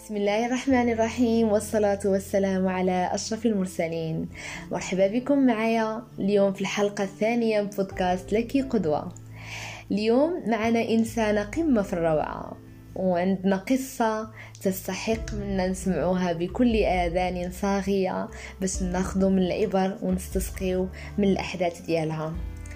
بسم الله الرحمن الرحيم، والصلاة والسلام على أشرف المرسلين. مرحبا بكم معايا اليوم في الحلقة الثانية من بودكاست لك قدوة. اليوم معنا إنسانة قمة في الروعة، وعندنا قصة تستحق منا نسمعوها بكل آذان صاغية باش ناخذوا من العبر ونستسقيو من الأحداث ديالها.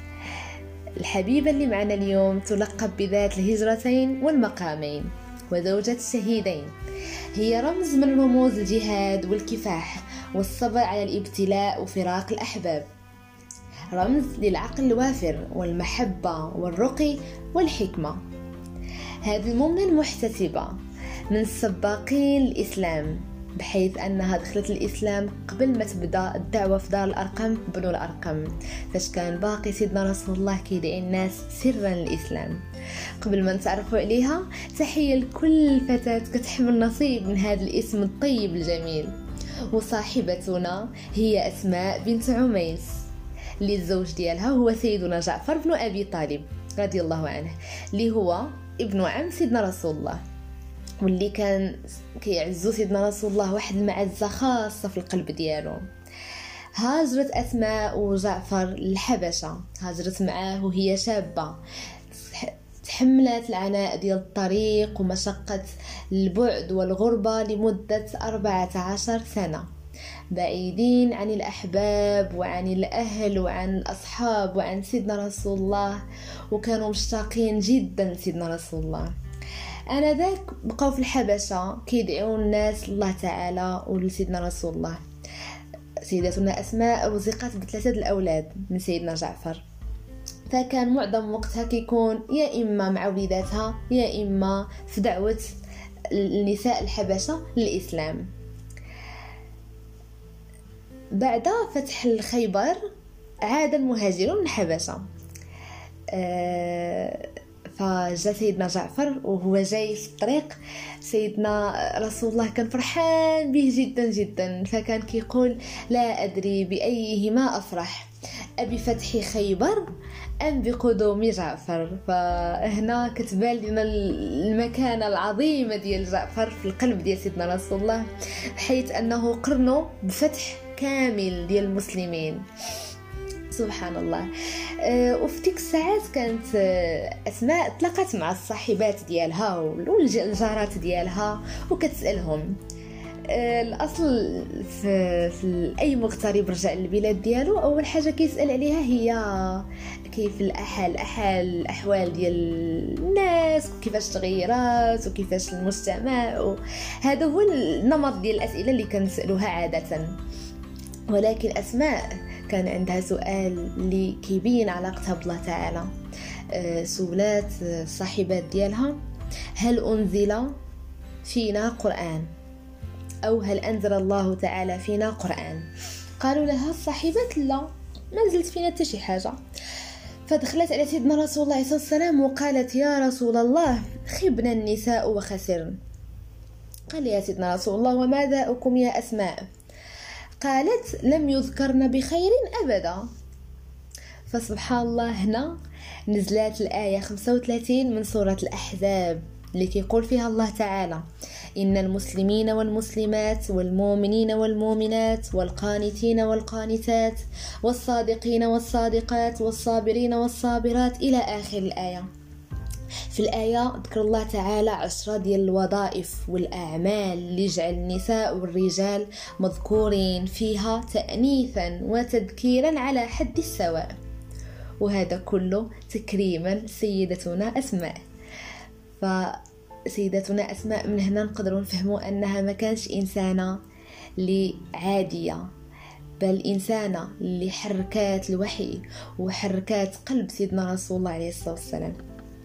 الحبيبة اللي معنا اليوم تلقب بذات الهجرتين والمقامين وزوجة الشهيدين، هي رمز من رموز الجهاد والكفاح والصبر على الابتلاء وفراق الأحباب، رمز للعقل الوافر والمحبة والرقي والحكمة. هذه المؤمنة المحتسبة من السباقين الإسلام، بحيث أنها دخلت الإسلام قبل ما تبدأ الدعوة في دار الأرقم بنو الأرقم، فاش كان باقي سيدنا رسول الله كيدعي الناس سرا الإسلام. قبل ما نتعرفوا عليها، تحية لكل فتاة كتحمل نصيب من هذا الاسم الطيب الجميل. وصاحبتنا هي أسماء بنت عميس، اللي الزوج ديالها هو سيدنا جعفر بن أبي طالب رضي الله عنه، اللي هو ابن عم سيدنا رسول الله، واللي كان كيعزو سيدنا رسول الله واحد المعزة خاصة في القلب ديالو. هاجرت أسماء وجعفر للحبشة، هاجرت معاه وهي شابة، تحملت العناء ديال الطريق ومشقة البعد والغربة لمدة 14 سنة، بعيدين عن الأحباب وعن الأهل وعن الأصحاب وعن سيدنا رسول الله، وكانوا مشتاقين جدا لسيدنا رسول الله. آنذاك بقاو في الحبشة كيدعون الناس الله تعالى ولسيدنا رسول الله. سيدتنا أسماء رزقت بثلاثة الأولاد من سيدنا جعفر، فكان معظم وقتها كيكون يا إما مع وليداتها يا إما في دعوة النساء الحبشة للإسلام. بعد فتح الخيبر عاد المهاجرون من الحبشة، فجاء سيدنا جعفر وهو جاي في الطريق، سيدنا رسول الله كان فرحان به جدا جدا، فكان كيقول: لا أدري بأيهما أفرح، أبي فتح خيبر أم بقدوم جعفر. فهنا كتبان لنا المكانة العظيمة ديال جعفر في القلب ديال سيدنا رسول الله، حيث أنه قرنه بفتح كامل ديال المسلمين. سبحان الله. وفي تلك الساعات كانت أسماء تلاقت مع الصاحبات ديالها والجارات ديالها وكتسألهم. الأصل في أي مغترب رجع للبلاد ديالو، أول حاجة كيسأل عليها هي كيف الأحوال ديال الناس، وكيفاش تغيرات وكيفاش المجتمع، هذا هو النمط ديال الأسئلة اللي كنسألوها عادة. ولكن أسماء كان عندها سؤال اللي كيبين علاقتها بالله تعالى. سولات الصاحبات ديالها: هل أنزل فينا قرآن؟ أو هل أنزل الله تعالى فينا قرآن؟ قالوا لها الصاحبات: لا، ما نزلت فينا حتى شي حاجة. فدخلت على سيدنا رسول الله صلى الله عليه وسلم وقالت: يا رسول الله، خبنا النساء وخسرن. قال: يا سيدنا رسول الله، وما ذاؤكم يا أسماء؟ قالت: لم يذكرن بخير أبدا. فسبحان الله، هنا نزلت الآية 35 من سورة الأحزاب، اللي كيقول فيها الله تعالى: إن المسلمين والمسلمات والمؤمنين والمؤمنات والقانتين والقانتات والصادقين والصادقات والصابرين والصابرات إلى آخر الآية. في الآية ذكر الله تعالى 10 ديال الوظائف والأعمال اللي جعل النساء والرجال مذكورين فيها تأنيثا وتذكيرا على حد السواء، وهذا كله تكريما سيدتنا أسماء. فسيدتنا أسماء من هنا نقدروا نفهموا أنها ما كانش إنسانة اللي عادية، بل إنسانة اللي حركات الوحي وحركات قلب سيدنا رسول الله عليه الصلاة والسلام.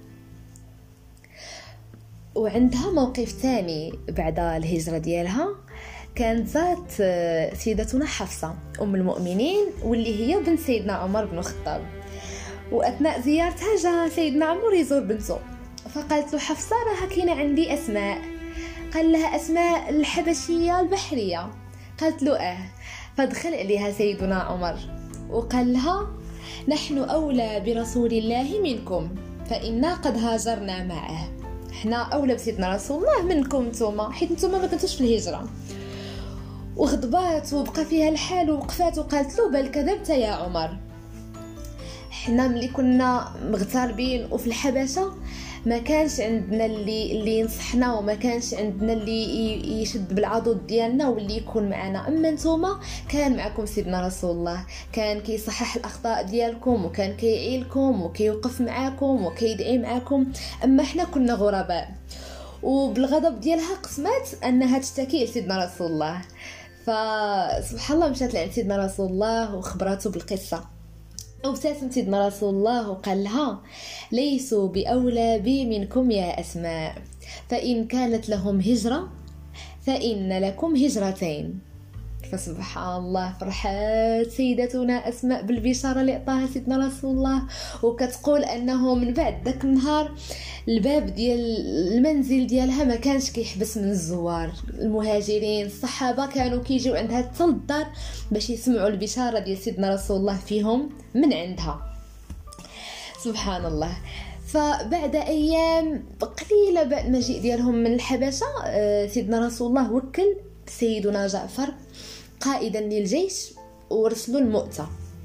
وعندها موقف ثاني بعد الهجرة ديالها، كانت زارت سيدتنا حفصة أم المؤمنين، واللي هي بنت سيدنا عمر بن الخطاب. وأثناء زيارتها جاء سيدنا عمر يزور بنته، فقالت له حفصة: راه كاينه عندي أسماء. قال لها: أسماء الحبشية البحرية؟ قالت له: فدخل عليها سيدنا عمر وقال لها: نحن أولى برسول الله منكم، فإنا قد هاجرنا معه. حنا اولى بسيدنا رسول الله منكم نتوما، حيت نتوما ما كنتوش في الهجره. وغضبات وبقى فيها الحال ووقفات وقالت له بل كذبت يا عمر. حنا ملي كنا مغتربين وفي الحبشه ما كانش عندنا اللي ينصحنا، وما كانش عندنا اللي يشد بالعضد ديالنا واللي يكون معنا. اما نتوما كان معكم سيدنا رسول الله، كان كيصحح الاخطاء ديالكم وكان كيعيلكم وكيوقف معاكم وكيدعي معاكم. اما حنا كنا غرباء. وبالغضب ديالها قسمت انها تشتكي لسيدنا رسول الله. فسبحان الله مشات لعند سيدنا رسول الله وخبرته بالقصه. وابتسم سيدنا رسول الله وقال لها ليسوا بأولى بي منكم يا أسماء، فإن كانت لهم هجرة فإن لكم هجرتين. فسبحان الله فرحات سيدتنا أسماء بالبشارة اللي أعطاها سيدنا رسول الله، وكتقول أنه من بعد داك النهار الباب ديال المنزل ديالها ما كانش كيحبس من الزوار. المهاجرين الصحابة كانوا كيجيو عندها حتى للدار باش يسمعوا البشارة ديال سيدنا رسول الله فيهم من عندها. سبحان الله. فبعد أيام قليلة بعد المجيء ديالهم من الحبشة سيدنا رسول الله وكل سيدنا جعفر قائدا للجيش ورسلوا المؤتة.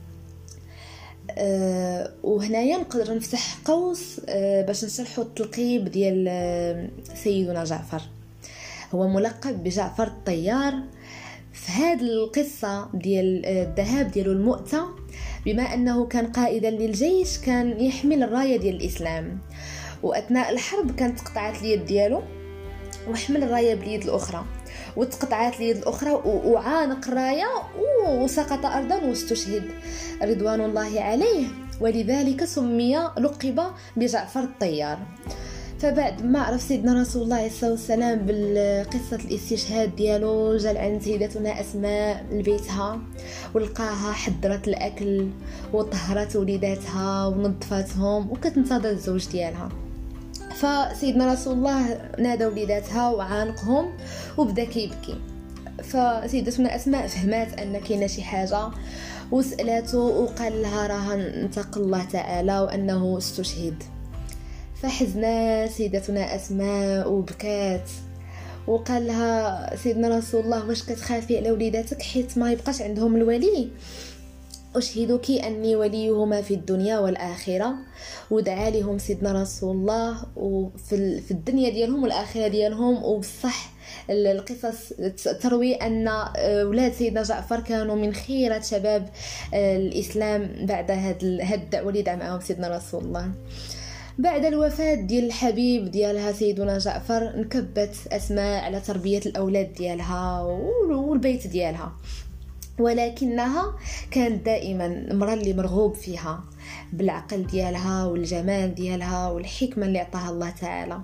وهنايا نقدر نفتح قوس باش نشرحوا التلقيب ديال سيدنا جعفر. هو ملقب بجعفر الطيار. في هذه القصة ديال الذهاب ديالو المؤتة، بما أنه كان قائدا للجيش كان يحمل الراية ديال الإسلام، وأثناء الحرب كانت قطعت اليد ديالو وحمل الراية باليد الأخرى، وتقطعت اليد الأخرى وعانق الراية وسقط أرضا واستشهد رضوان الله عليه، ولذلك سمي لقب بجعفر الطيار. فبعد ما عرف سيدنا رسول الله عليه الصلاة والسلام بالقصة الاستشهاد ديالو، جا عند سيدتنا أسماء لبيتها ولقاها حضرت الأكل وطهرت وليداتها ونظفتهم وكتنتظر الزوج ديالها. فسيدنا رسول الله نادى وليداتها وعانقهم وبدا كيبكي. فسيدتنا أسماء فهمت أن كاينه شي حاجة وسألته وقال لها راه انتقى الله تعالى وأنه استشهد. فحزنا سيدتنا أسماء وبكات وقال لها سيدنا رسول الله واش كتخافي على وليداتك حيت ما يبقاش عندهم الولي؟ أشهدك أني وليهما في الدنيا والآخرة. ودعا لهم سيدنا رسول الله في الدنيا ديالهم والآخرة ديالهم. وبصح القصص تروي أن أولاد سيدنا جعفر كانوا من خيرة شباب الإسلام بعد هاد الدعوة اللي دعا معهم سيدنا رسول الله. بعد الوفاة ديال الحبيب ديالها سيدنا جعفر انكبت أسماء على تربية الأولاد ديالها والبيت ديالها، ولكنها كانت دائما المرأة اللي مرغوب فيها بالعقل ديالها والجمال ديالها والحكمة اللي أعطاها الله تعالى.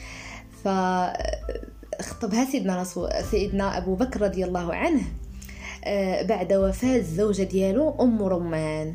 فخطبها سيدنا أبو بكر رضي الله عنه بعد وفاة الزوجة ديالو أم رمان.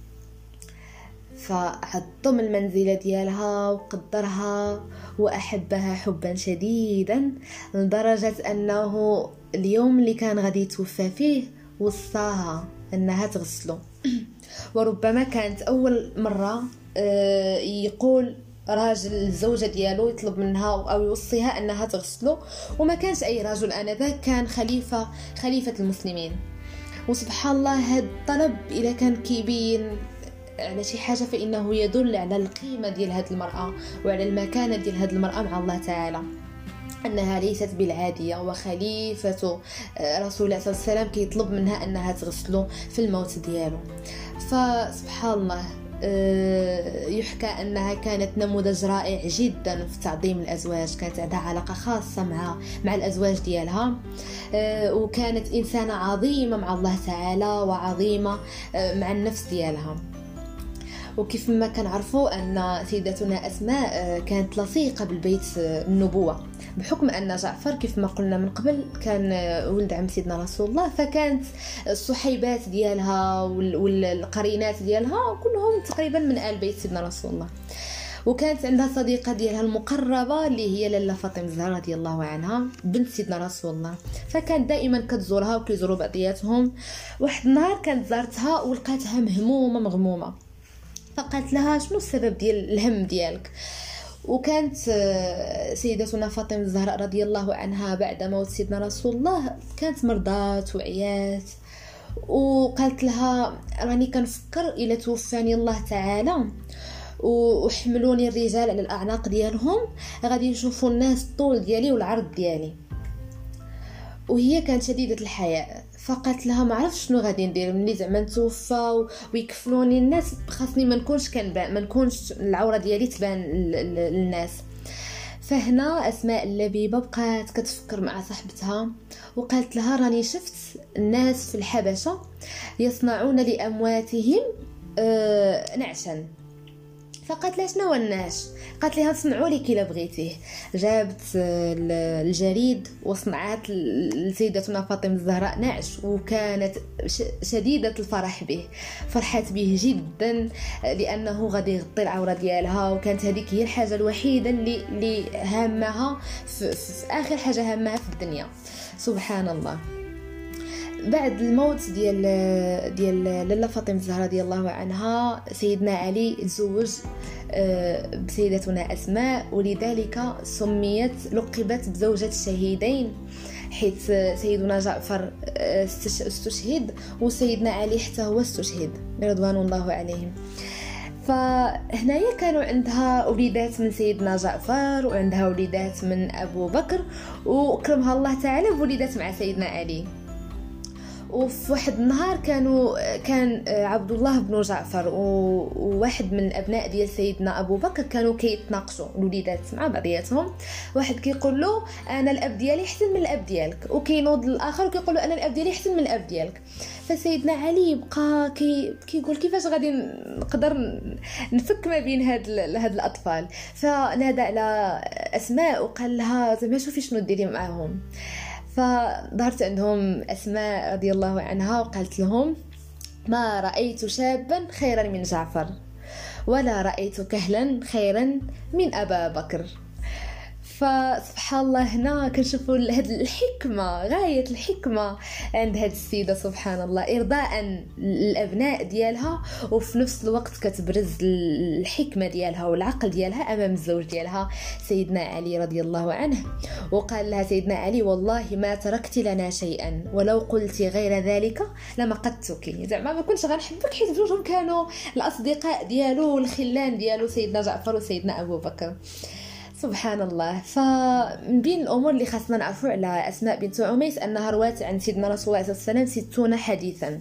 فعظم المنزلة ديالها وقدرها وأحبها حبا شديدا لدرجة أنه اليوم اللي كان غادي يتوفى فيه وصاها أنها تغسله. وربما كانت أول مرة يقول راجل الزوجة ديالو يطلب منها أو يوصيها أنها تغسله، وما كانش أي رجل آنذاك، كان خليفة المسلمين. وسبحان الله هذا الطلب إذا كان كيبين على شي حاجة فإنه يدل على القيمة ديال هذه المرأة وعلى المكانة ديال هذه المرأة مع الله تعالى، أنها ليست بالعادية، وخليفة رسول الله صلى الله عليه وسلم كيطلب منها أنها تغسله في الموت دياله. فسبحان الله يحكى أنها كانت نموذج رائع جدا في تعظيم الأزواج، كانت عندها علاقة خاصة مع الأزواج ديالها، وكانت إنسانة عظيمة مع الله تعالى وعظيمة مع النفس ديالها. وكيف ما كنعرفوا أن سيدتنا أسماء كانت لصيقة بالبيت النبوة، بحكم أن جعفر كيف ما قلنا من قبل كان ولد عم سيدنا رسول الله، فكانت الصحيبات ديالها والقرينات ديالها كلهم تقريبا من آل بيت سيدنا رسول الله. وكانت عندها صديقة ديالها المقربة اللي هي لاله فاطمة الزهراء رضي الله عنها بنت سيدنا رسول الله، فكانت دائما كتزورها وكيزوروا بعضياتهم. واحد النهار كانت زارتها ولقاتها مهمومة مغمومة، فقالت لها شنو السبب ديال الهم ديالك؟ وكانت سيدتنا فاطمة الزهراء رضي الله عنها بعد موت سيدنا رسول الله كانت مرضات وعيات، وقالت لها راني كنفكر إلا توفاني الله تعالى وحملوني الرجال على الأعناق ديالهم غادي يشوفوا الناس الطول ديالي والعرض ديالي. وهي كانت شديدة الحياء، فقالت لها ما عرفتش شنو غادي ندير ملي زعما نتوفى ويكفلوني الناس، خاصني ما نكونش العوره ديالي تبان للناس. فهنا اسماء اللبيبه بقات كتفكر مع صاحبتها وقالت لها راني شفت الناس في الحبشه يصنعون لامواتهم نعشا. فقالت لها شنو الناش؟ قالت لها صنعوا لك الا بغيتيه. جابت الجريد وصنعات لسيدتنا فاطمه الزهراء نعش، وكانت شديده الفرح به، فرحت به جدا لانه غادي يغطي العوره ديالها، وكانت هذيك هي الحاجه الوحيده اللي هامها في اخر حاجه هامها في الدنيا. سبحان الله. بعد الموت ديال لاله فاطمه الزهراء رضي الله عنها، سيدنا علي تزوج بسيدتنا اسماء، ولذلك لقبت بزوجة الشهيدين، حيث سيدنا جعفر استشهد وسيدنا علي حتى هو استشهد رضوان الله عليهم. فهنايا كانوا عندها وليدات من سيدنا جعفر، وعندها وليدات من ابو بكر، واكرمها الله تعالى بوليدات مع سيدنا علي. وفي واحد النهار كان عبد الله بن جعفر وواحد من ابناء ديال سيدنا ابو بكر كانوا كيتناقشوا الوليدات مع بعضياتهم. واحد كيقول له انا الاب ديالي احسن من الاب ديالك، وكينوض الاخر وكيقول له انا الاب ديالي احسن من الاب ديالك. فسيدنا علي بقى كيقول كيفاش غادي نقدر نفك ما بين هاد الاطفال. فنادى على اسماء وقال لها زعما شوفي شنو ديري معاهم. فظهرت عندهم أسماء رضي الله عنها وقالت لهم ما رأيت شابا خيرا من جعفر، ولا رأيت كهلا خيرا من أبا بكر. فسبحان الله هنا كنشوفوا هذه الحكمة، غاية الحكمة عند هذه السيدة سبحان الله، إرضاء الأبناء ديالها وفي نفس الوقت كتبرز الحكمة ديالها والعقل ديالها أمام الزوج ديالها سيدنا علي رضي الله عنه. وقال لها سيدنا علي والله ما تركت لنا شيئا ولو قلت غير ذلك لما قدتك، زعما ما كنتش غنحبك حيت بجوجهم كانوا الأصدقاء ديالو والخلان ديالو سيدنا جعفر وسيدنا أبو بكر. سبحان الله. فمن بين الأمور اللي خاصنا نعرفوا على أسماء بنت عميس أنها روات عن سيدنا رسول الله صلى الله عليه وسلم 60 حديثا.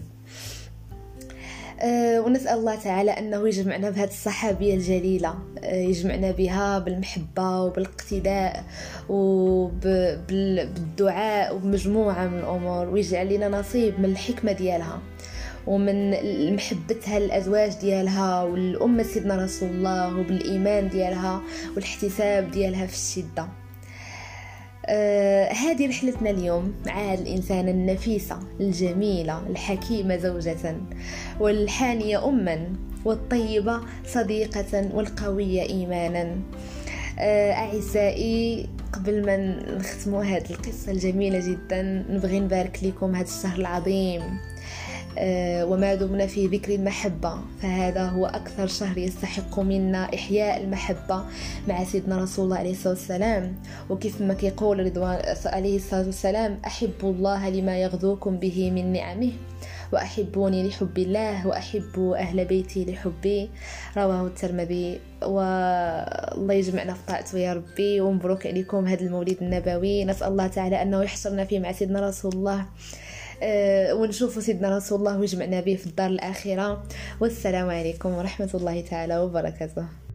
ونسأل الله تعالى أنه يجمعنا بهذه الصحابية الجليلة، يجمعنا بها بالمحبة وبالاقتداء وبالدعاء وبمجموعة من الأمور، ويجعل لنا نصيب من الحكمة ديالها ومن محبتها للأزواج ديالها والأمة سيدنا رسول الله، وبالإيمان ديالها والاحتساب ديالها في الشدة. هذه رحلتنا اليوم مع الإنسانة النفيسة الجميلة الحكيمة زوجة، والحانية أما، والطيبة صديقة، والقوية إيمانا. أعزائي، قبل ما نختموا هذه القصة الجميلة جدا نبغي نبارك لكم هذا الشهر العظيم، وما دمنا في ذكر المحبة فهذا هو أكثر شهر يستحق منا إحياء المحبة مع سيدنا رسول الله عليه الصلاة والسلام. وكيف ما كيقول رضوان عليه الصلاة والسلام أحبوا الله لما يغذوكم به من نعمه، وأحبوني لحب الله، وأحبوا أهل بيتي لحبي، رواه الترمذي. والله يجمعنا في طاعته يا ربي، ومبروك عليكم هذا المولد النبوي. نسأل الله تعالى أنه يحشرنا فيه مع سيدنا رسول الله، ونشوف سيدنا رسول الله ويجمعنا به في الدار الآخرة. والسلام عليكم ورحمة الله تعالى وبركاته.